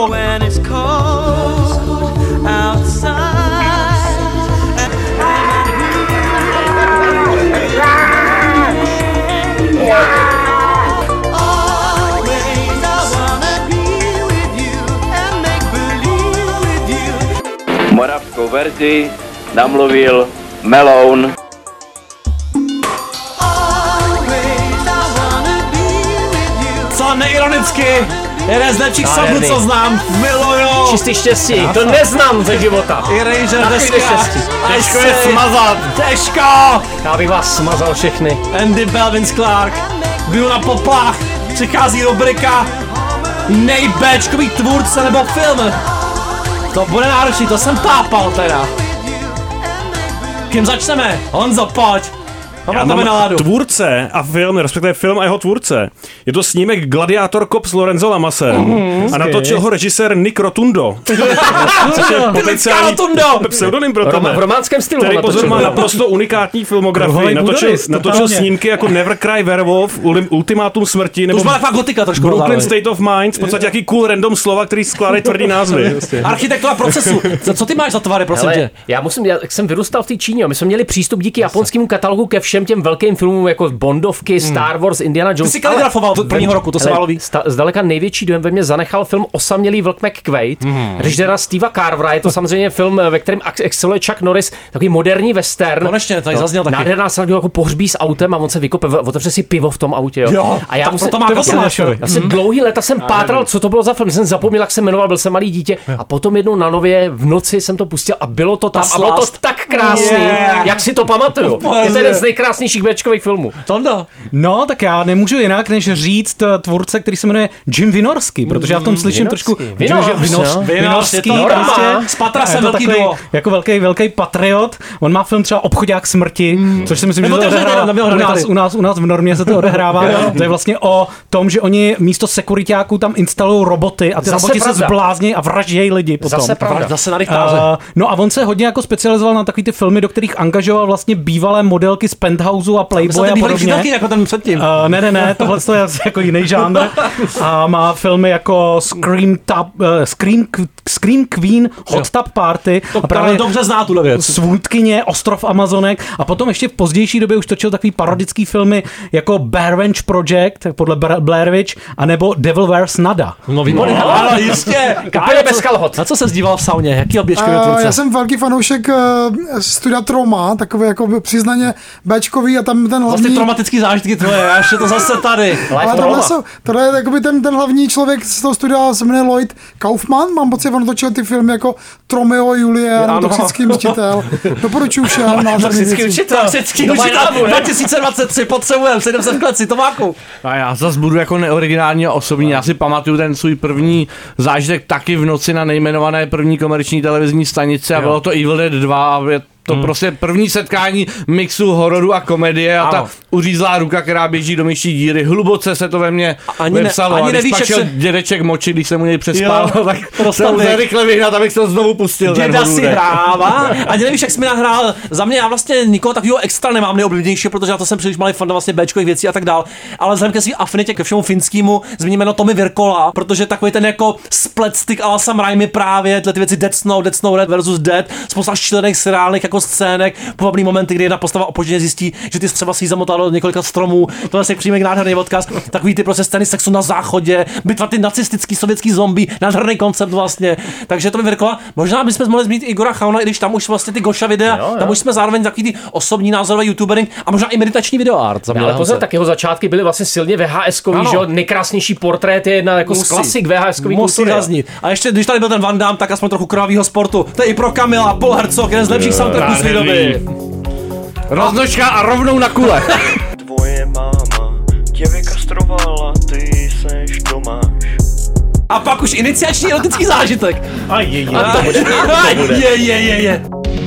Moravskou verzi namluvil Meloun. Co neironicky, jeden z lepších sabů, co znám, miluju. Čistý štěstí, já to neznám ze života. Erasure deska. Těžko je smazat. Těžko. Já bych vás smazal všechny. Andy Belvins Clark, byl na poplach, přichází rubrika nejbéčkový tvůrce nebo film. To bude náročný, to jsem tápal teda. Kým začneme? Honzo, pojď. Já mám tvůrce a film, respektive film a jeho tvůrce. Je to snímek Gladiátor Cop s Lorenzo Lamasem mm, a natočil ho režisér Nick Rotundo. Což je potenciální pseudonym pro tebe. V románském stylu. Který pozor má naprosto unikátní filmografii. Natočil, natočil snímky jako Never Cry Werewolf, Ultimátum smrti, nebo Brooklyn State of Mind, v podstatě jaký cool random slova, který skládají tvrdý názvy. Architektura procesu. Co ty máš za tvary, prosím tě? Já musím, já jsem vyrůstal v té Číně, my jsme měli přístup díky japonskému katalogu ke všem těm velkým filmům jako Bondovky, Star Wars, Indiana Jones. Ty jsi kaligrafoval do prvního roku, to se málo ví. Zdaleka největší dojem ve mně zanechal film Osamělý vlk McQuaid, mm. režiséra Steva Carvera. Je to samozřejmě film, ve kterém exceluje Chuck Norris, takový moderní western. Konečně, tady zazněl taky. Nádherná se jako pohřbí s autem a on se vykope, otevře si pivo v tom autě. Jo. Jo, a já musím, to má já jsem dlouhý léta jsem pátral, co to bylo za film. Jsem zapomněl, jak se jmenoval, byl jsem malý dítě a potom jednou na Nově v noci jsem to pustil a bylo to tam a bylo to tak krásný, yeah. jak si to pamatuju. Je to jeden z nejkrásnějších béčkových filmů. Tondo. No, tak já nemůžu jinak, než říct tvůrce, který se jmenuje Jim Vynorský, protože já v tom slyším trošku Vynorský, z Patra jsem velký duo. Jako velký, velký patriot. On má film třeba Obchodák smrti, mm. což si myslím, Nebo že to odehrává u nás, u, nás, u nás v Normě se to odehrává. To je vlastně o tom, že oni místo sekuritáků tam instalují roboty a ty Zase roboti pravda. se zblázní a vraždějí lidi potom. Zase pravda. Zase na rychtáře. Uh, no a on se hodně jako specializoval na takový ty filmy, do kterých angažoval vlastně bývalé modelky z Penthouseu a Playboy a podobně. Jako ten předtím. Uh, ne, ne, ne, tohle je jako jiný žánr. A má filmy jako Scream, Tub, uh, Scream, Scream Queen, Hot Tub Party. To a právě dobře zná tuhle věc. Svůdkyně, Ostrov Amazonek. A potom ještě v pozdější době už točil takový parodický filmy jako Blair Witch Project, podle Blair Witch, anebo Devil Wears Nada. No výborně, no, ano, jistě. Kájo bez kalhot. Na co se zdíval v sauně? Jaký oběčkový tvůrce? Já jsem velký fanoušek uh, studia Troma, takový jako přiznaně Bčkový a tam ten hlavní... Vlastně traumatický zážitky tvoje, až je to zase tady. Ale tohle, jsou, tohle je jakoby ten, ten hlavní člověk z toho studia, se jmenuje Lloyd Kaufman, mám pocit, on točil ty filmy jako Tromeo a Julie, nebo Toxický mstitel. Doporučuji všem. Toxický mstitel. Toxický mstitel. dva tisíce dvacet tři potřebujeme, sedm set kleci, Tomáku. A já zase budu jako neoriginální a osobní. Já si pamatuju ten svůj první zážitek taky v noci na nejmenované první komerční televizní stanici a bylo to Evil Dead dva a je to hmm. prostě první setkání mixu hororu a komedie a ano. ta uřízlá ruka, která běží do myší díry. Hluboce se to ve mně ani vepsalo. Ne, ani a když pak šel se... dědeček moči, když se mu něj přespal, jo, tak jsem musel rychle vyhnat, abych se znovu pustil. Děda si hrává. Ani nevíš, jak jsi mi nahrál. Za mě já vlastně nikoho takového extra nemám nejoblíbenějšího, protože já to jsem příliš malý fan vlastně Bčkových věcí a tak dál. Ale vzhledem ke svým afinitě ke všemu finskému zmíním jméno Tommy Wirkola, protože takový ten jako spletstick a Sam Raimi právě, tyhle ty věci Dead Snow, Dead Snow Red versus Dead, spousta šílených seriálních jako scének, povabný momenty, kdy jedna postava opožděně zjistí, že ty třeba si zamotala do několika stromů. Tohle se přijme nádherný odkaz. Takový ty prostě scény sexu na záchodě, bitva ty nacistický sovětský zombie, nádherný koncept vlastně. Takže to by Wirkola. Možná bychom mohli zmínit Igora Chauna, i když tam už vlastně ty Goša videa, jo, jo. tam už jsme zároveň takový ty osobní názorové youtubering a možná i meditační videoart. No, ale pozor, tak jeho začátky byly vlastně silně VHSkový, že jo? Nejkrásnější portrét je jedna jako z klasik VHSkový kultury. A ještě když tady byl ten Van Damme, tak aspoň trochu krvavého sportu. To je i pro Kamila, Paul Herzog, jeden z lepších soundtracků své doby. Roznožka a rovnou na kule. Tvoje máma tě vykastrovala, ty seš Tomáš. A pak už iniciační erotický zážitek. A je, je, a to bude. je, je, je, je.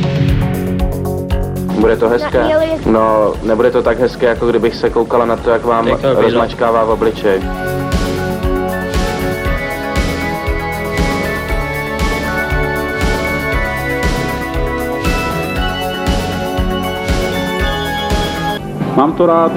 Bude to hezké? No, nebude to tak hezké, jako kdybych se koukala na to, jak vám rozmačkává v obličej. Mám to rád.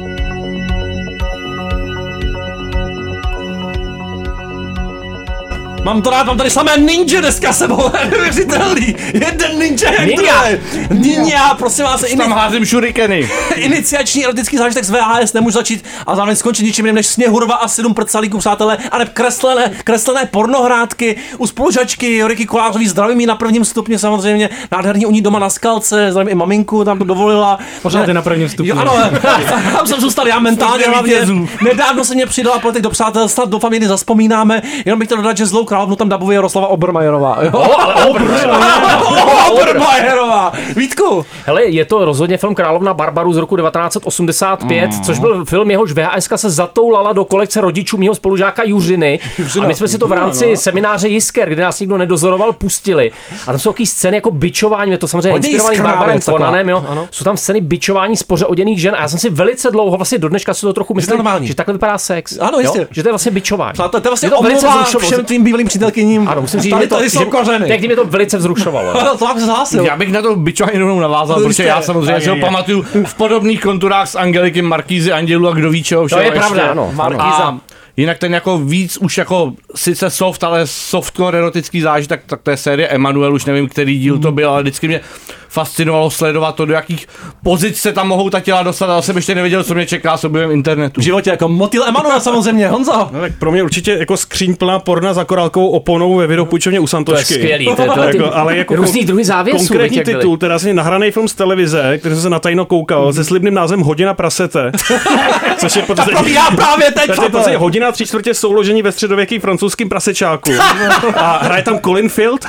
Mám to rád, mám tady samé ninja dneska sebou, neuvěřitelný, jeden ninja, ninja, ninja, prosím vás, in... tam házím šurikeny. Iniciační erotický zážitek z V H S nemůžu začít a zároveň skončit ničím jiným než Sněhurova a sedm prcalíků, přátelé, a ne kreslené, kreslené pornohrádky u spolužačky Joriky Kolářový, zdravím jí na prvním stupni samozřejmě, nádherně u ní doma na skalce, zdravím i maminku, tam to dovolila. Pořád je na prvním stupni. Jo, ano, tam jsem zůstal já mentálně hlavně, nedávno se mě přidala politik do přátelstva, doufám, někdy zazpomínáme, jenom bych chtěl dodat, že zlou královnu tam dabuje Jaroslava Obermajerová. Oh, ale Obermajerová. Vítku. Hele, je to rozhodně film Královna Barbarů z roku devatenáct set osmdesát pět, mm. což byl film, jehož V H S se zatoulala do kolekce rodičů mýho spolužáka Juřiny. A my jsme si to v rámci no. semináře Jisker, kde nás nikdo nedozoroval, pustili. A tam jsou takové scény jako bičování, je to samozřejmě inspirovaný Barbarem Conanem, jo. Jsou tam scény bičování spoře oděných žen a já jsem si velice dlouho, vlastně do dneška si to trochu myslím, že takhle vypadá sex. Ano, jistě. Že to je vlastně bičování. To je vlastně omluva všem tvým bývalým přítelkyním. Ano, musím říct, že to, že, jak mě to velice vzrušovalo. To vám se zhásil. Já bych na to bičování rovnou navázal, to protože já samozřejmě si ho pamatuju v podobných konturách s Angeliky, Markýzy, Andělu a kdo ví čeho. To je pravda, ano. Markýza. Jinak ten jako víc už jako sice soft, ale softcore erotický zážitek, tak, tak to je série Emanuel, už nevím, který díl to byl, ale vždycky mě fascinovalo sledovat to, do jakých pozic se tam mohou ta těla dostat, ale jsem ještě nevěděl, co mě čeká s objevem internetu. V životě jako Motýl Emanuel samozřejmě, Honzo. No tak pro mě určitě jako skříň plná porna za korálkovou oponou ve videopůjčovně u Santošky. To je skvělý, to, to, jako, ale jako různý druhý závěsů. Konkrétní titul, teda vlastně nahraný film z televize, který jsem se natajno koukal, mm. se slibným názvem Hodina prasete. Což je podstatě, já právě teď. To je podstatě hodina tři čtvrtě souložení ve středověkým francouzským prasečáku. A hraje tam Colin Firth.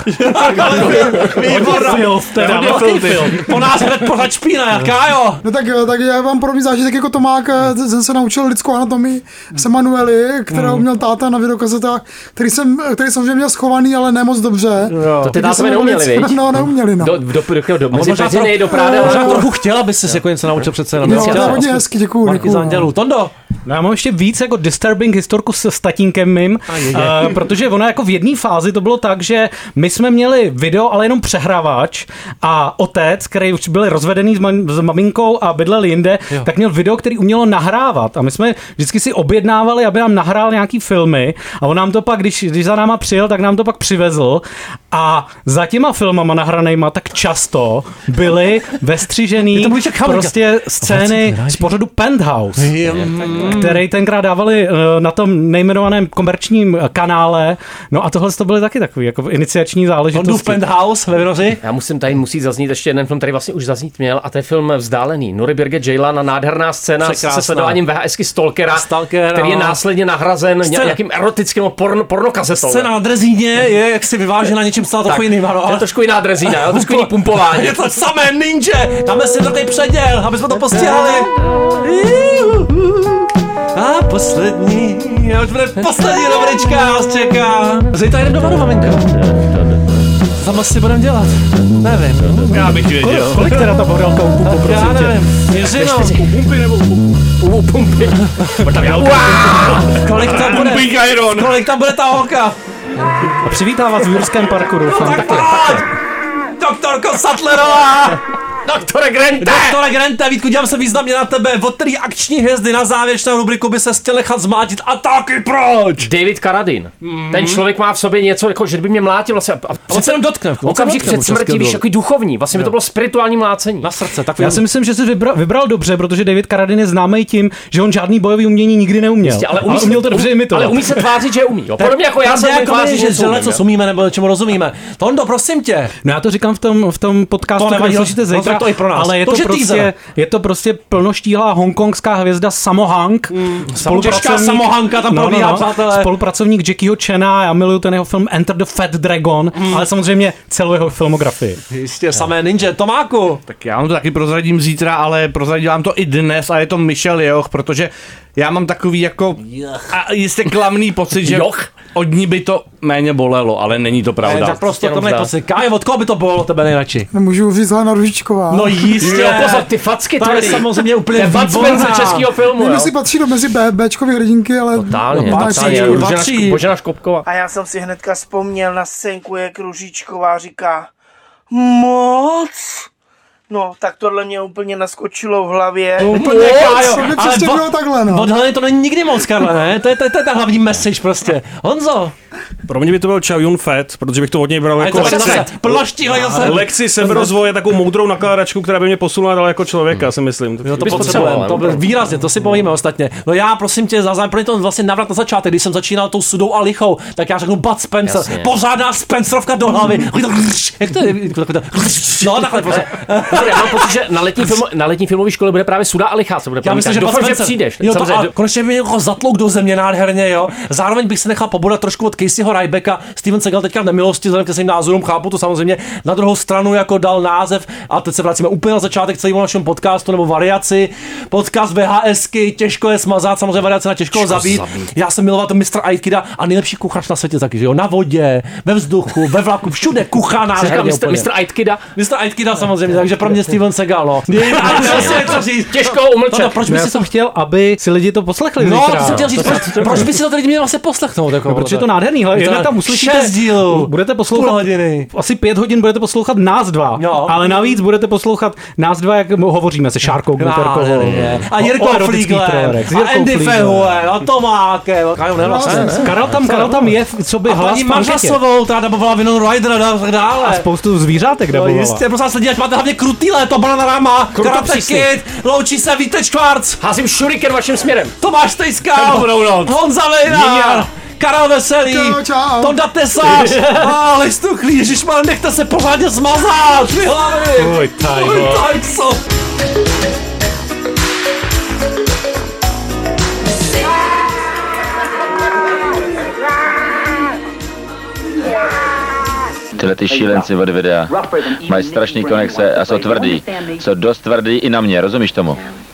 Po nás hned pořád špína, jaká jo? No tak, tak já mám podobný zážitek jako Tomák, jsem se naučil lidskou anatomii s Emanueli, kterou měl táta na videokazetách, který jsem, který samozřejmě měl schovaný, ale ne moc dobře. To ty táta neuměli, viď? No, neuměli, no. Do, do, do, do, mezi peřiny do Prády. Možná trochu chtěla, aby se jako něco naučil přece jenom. No, to je hodně hezky, děkuju. Marky z Andělů. Tondo. No já mám ještě víc jako disturbing historku s tatínkem mým, uh, protože ono jako v jedné fázi to bylo tak, že my jsme měli video, ale jenom přehrávač a otec, který už byl rozvedený s, mam, s maminkou a bydlel jinde, jo. tak měl video, který umělo nahrávat a my jsme vždycky si objednávali, aby nám nahrál nějaký filmy a on nám to pak, když, když za náma přijel, tak nám to pak přivezl a za těma filmama nahranejma tak často byly vestřižený prostě scény z pořadu Penthouse. který tenkrát dávali na tom nejmenovaném komerčním kanále. No a tohle to byly taky takový jako iniciační záležitosti. Hondův Penthouse ve Vynoři. Já musím tady musí zaznít ještě jeden film, který vlastně už zaznít měl, a to je film Vzdálený. Norimberga Ceylan, nádherná scéna se sledováním VHSky Stalkera, Stalker, který je následně nahrazen Scén... nějakým erotickým porn, pornokazetou. Scéna na drezíně je jak si vyvážena něčím stále trochu jiným. No, ale... Je trošku jiná drezína, jo? Trošku jiný pumpování. Je to samé ninja, dáme si takový předěl, aby jsme to postihali. A poslední, já už bude poslední rubrička, nás čeká. Zítra jdem do vanu, maminka. Tam asi budem dělat. Nevím. Já bych věděl. Kolik, kolik teda ta borelka u pumpu, prosím já nevím. Jiřino. U pumpy nebo u, u pumpy? Kolik tam bude? Kolik tam bude ta holka? A přivítá vás v Jurském parku, doufám. Tak taky. Doktorko Sattlerová! Doktore Grente! Doktore Grente, Vítku, dívám se významně na tebe. Od který akční hvězdy na závěrečnou rubriku by se chtěl nechat zmátit a taky proč? David Carradine. Mm. Ten člověk má v sobě něco, jako, že by mě mlátil vlastně. A on se jenom dotkne. Okamžik před smrtí, víš, jako duchovní. Vlastně by to bylo spirituální mlácení. Na srdce. Tak já si myslím, že jsi vybral, vybral dobře, protože David Carradine je známý tím, že on žádný bojový umění nikdy neuměl. Jistě, ale, umí ale se, uměl to dobře imitovat. Ale umí se tvářit, že umí. Jo. Podobně jako já jsem tvářit, že že něco umíme nebo čemu rozumíme. Tondo, prosím tě. No já to říkám v tom v tom podcastu, který slyšíte zítra, ale je to prostě je to prostě plnoštíhlá hongkongská hvězda Sammo Hung. Mm, Těžká Sammo Hunka tam probíhá, no, no, přátelé. Spolupracovník Jackieho Chana, já miluju ten jeho film Enter the Fat Dragon, mm. ale samozřejmě celou jeho filmografii. Jistě, samé ninja. Tomáku. Tak já vám to taky prozradím zítra, ale prozradím vám to i dnes a je to Michelle Yeoh, protože já mám takový jako a jistě klamný pocit, že Joch. od ní by to méně bolelo, ale není to pravda. Ne, tak prostě to nejpocit. Kájo, od koho by to bolelo tebe nejradši? Nemůžu říct Helena Růžičková. No jistě. Jo, pozor, ty facky to je samozřejmě úplně výborná. Českého filmu. Nevím, jestli patří do mezi B, Bčkových hrdinky, ale... Totálně, no, patří, patří. Božena Škopková. A já jsem si hnedka vzpomněl na scénku, jak Růžičková říká moc. No, tak tohle mě úplně naskočilo v hlavě. No, úplně, Kájo, ale přesně bylo takhle, no. Od Heleny to není nikdy moc, Karle, ne? To je, to, je, to je ta hlavní message prostě. Honzo. Pro mě by to byl Chow Yun Fat, protože bych to od něj bral jako lekci, lekci seberozvoje, takovou moudrou nakladačku, která by mě posunula dál jako člověka, si myslím. Jo, to potřebujeme, to výrazně, to si povíme ostatně. No já prosím tě, za pro to vlastně navrat na začátek, když jsem začínal tou Sudou a lichou, tak já řeknu Bud Spencer, jasně. Pořádná Spencerovka do hlavy. Jak to je? No takhle prostě. Já mám pocit, že na letní, film, na letní filmové škole bude právě Suda a lichá, co bude. Já myslím, že doufám, že přijdeš. Jo, to a konečně by někoho zatlouk do země nádherně, jo. Zároveň bych se nechal pobodat trošku od Caseyho Rybacka. Steven Seagal teďka v nemilosti, vzhledem ke svým názorům, chápu to samozřejmě. Na druhou stranu jako dal název, a teď se vracíme úplně na začátek celého našeho podcastu nebo variaci. Podcast VHSky, těžko je smazat, samozřejmě variace na těžko, těžko zabít. zabít. Já jsem miloval to mister Aitkida a nejlepší kuchař na světě taky, že jo. Na vodě, ve vzduchu, ve vlaku, všude kuchaná. mister Aitkida. mister Aitkida samozřejmě, takže pro mě Steven Seagal, no. Těžko umlčet. Proč by si to chtěl, aby si lidi to poslechli? No, to jsem chtěl říct, proč by si to lidi měli vlastně poslechnout? Protože je to nádherný, jednak tam uslyšíte, budete poslouchat hodiny. Asi pět hodin budete poslouchat nás dva, jo. Ale navíc budete poslouchat nás dva, jak hovoříme se Šárkou Gluterkovou. A Jirkou Flíglem, a Andy Fehuem, a Tomákem. Karel tam, Karel tam je, co by hlas paní Manžasovou, ta dabovala Winona Rydera a tak dále. A spoustu zvířátek dabovala. Jistě, prosím vás lidi, ať máte hlavně krutý léto, Banana Rama, Karate Kid, loučí se Vítek Škvarc. Házím šuriken vaším směrem. Tomáš Tejskal, Honza Vejna. Karel Veselý, Tonda Tesář, a Listuchlý, ježišmar, nechte se pořádně zmazat, ty hlavy. Oj, taj, Oj, taj, co? Tyhle ty šílenci od videa mají strašný konexe a jsou tvrdý. Jsou dost tvrdý i na mě, rozumíš tomu?